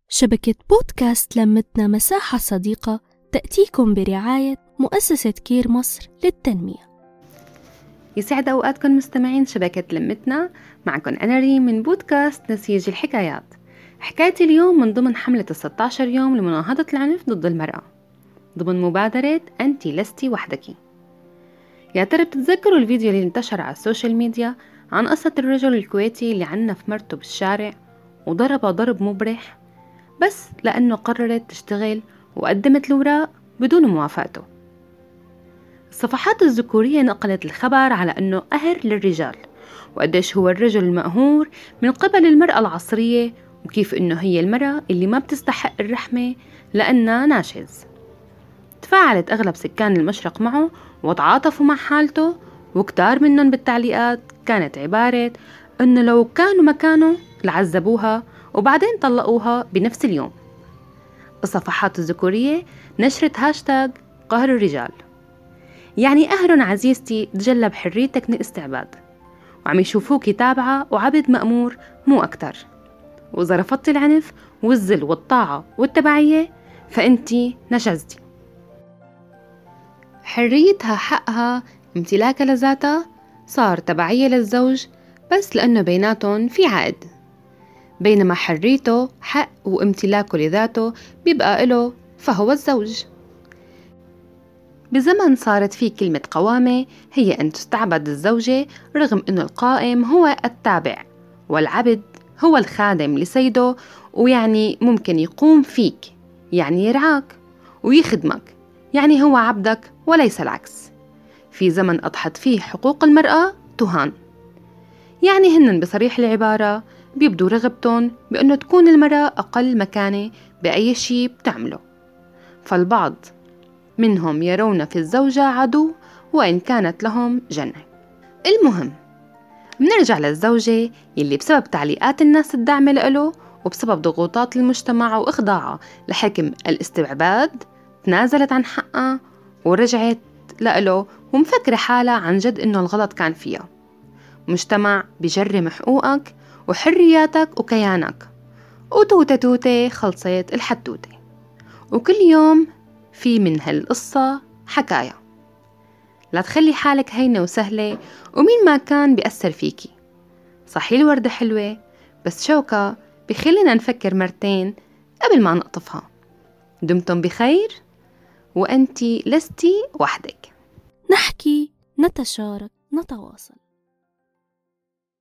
شبكة بودكاست لمتنا مساحة صديقة تأتيكم برعاية مؤسسة كير مصر للتنمية. يسعد أوقاتكم مستمعين شبكة لمتنا، معكم أنا ريم من بودكاست نسيج الحكايات. حكايتي اليوم من ضمن حملة 16 يوم لمناهضة العنف ضد المرأة ضمن مبادرة أنت لستي وحدك. يا ترى بتتذكروا الفيديو اللي انتشر على السوشيال ميديا عن قصة الرجل الكويتي اللي عنف مرته بالشارع وضربها ضرب مبرح بس لأنه قررت تشتغل وقدمت الوراق بدون موافقته؟ الصفحات الذكورية نقلت الخبر على أنه قهر للرجال، وقديش هو الرجل المقهور من قبل المرأة العصرية، وكيف أنه هي المرأة اللي ما بتستحق الرحمة لأنها ناشز. تفاعلت أغلب سكان المشرق معه وتعاطفوا مع حالته، وكتار منهم بالتعليقات كانت عبارة أنه لو كانوا مكانه لعذبوها وبعدين طلقوها بنفس اليوم. الصفحات الذكورية نشرت هاشتاج قهر الرجال، يعني قهرن عزيزتي تجلب حريتك من الاستعباد، وعم يشوفوكي تابعة وعبد مأمور مو أكتر، وإذا رفضتي العنف والذل والطاعة والتبعية فأنتي نشزتي. حريتها حقها امتلاكها لذاتها صار تبعية للزوج بس لأنه بيناتهم في عقد، بينما حريته حق وامتلاكه لذاته بيبقى له فهو الزوج. بزمن صارت فيه كلمة قوامة هي أن تستعبد الزوجة، رغم أن القائم هو التابع والعبد هو الخادم لسيده، ويعني ممكن يقوم فيك يعني يرعاك ويخدمك، يعني هو عبدك وليس العكس. في زمن أضحت فيه حقوق المرأة تهان، يعني هن بصريح العبارة بيبدوا رغبتهم بأنه تكون المرأة أقل مكانة بأي شيء بتعمله، فالبعض منهم يرون في الزوجة عدو وإن كانت لهم جنة. المهم بنرجع للزوجة يلي بسبب تعليقات الناس الداعمة له وبسبب ضغوطات المجتمع وإخضاعها لحكم الاستعباد تنازلت عن حقها ورجعت له ومفكرة حالها عن جد إنه الغلط كان فيها. مجتمع بجرم حقوقك وحرياتك وكيانك، وتوتة توتة خلصت الحدوتة، وكل يوم في من هالقصة حكاية. لا تخلي حالك هينة وسهلة، ومين ما كان بيأثر فيكي. صحيح الوردة حلوة بس شوكة بخلينا نفكر مرتين قبل ما نقطفها. دمتم بخير وأنتي لستي وحدك. نحكي، نتشارك، نتواصل.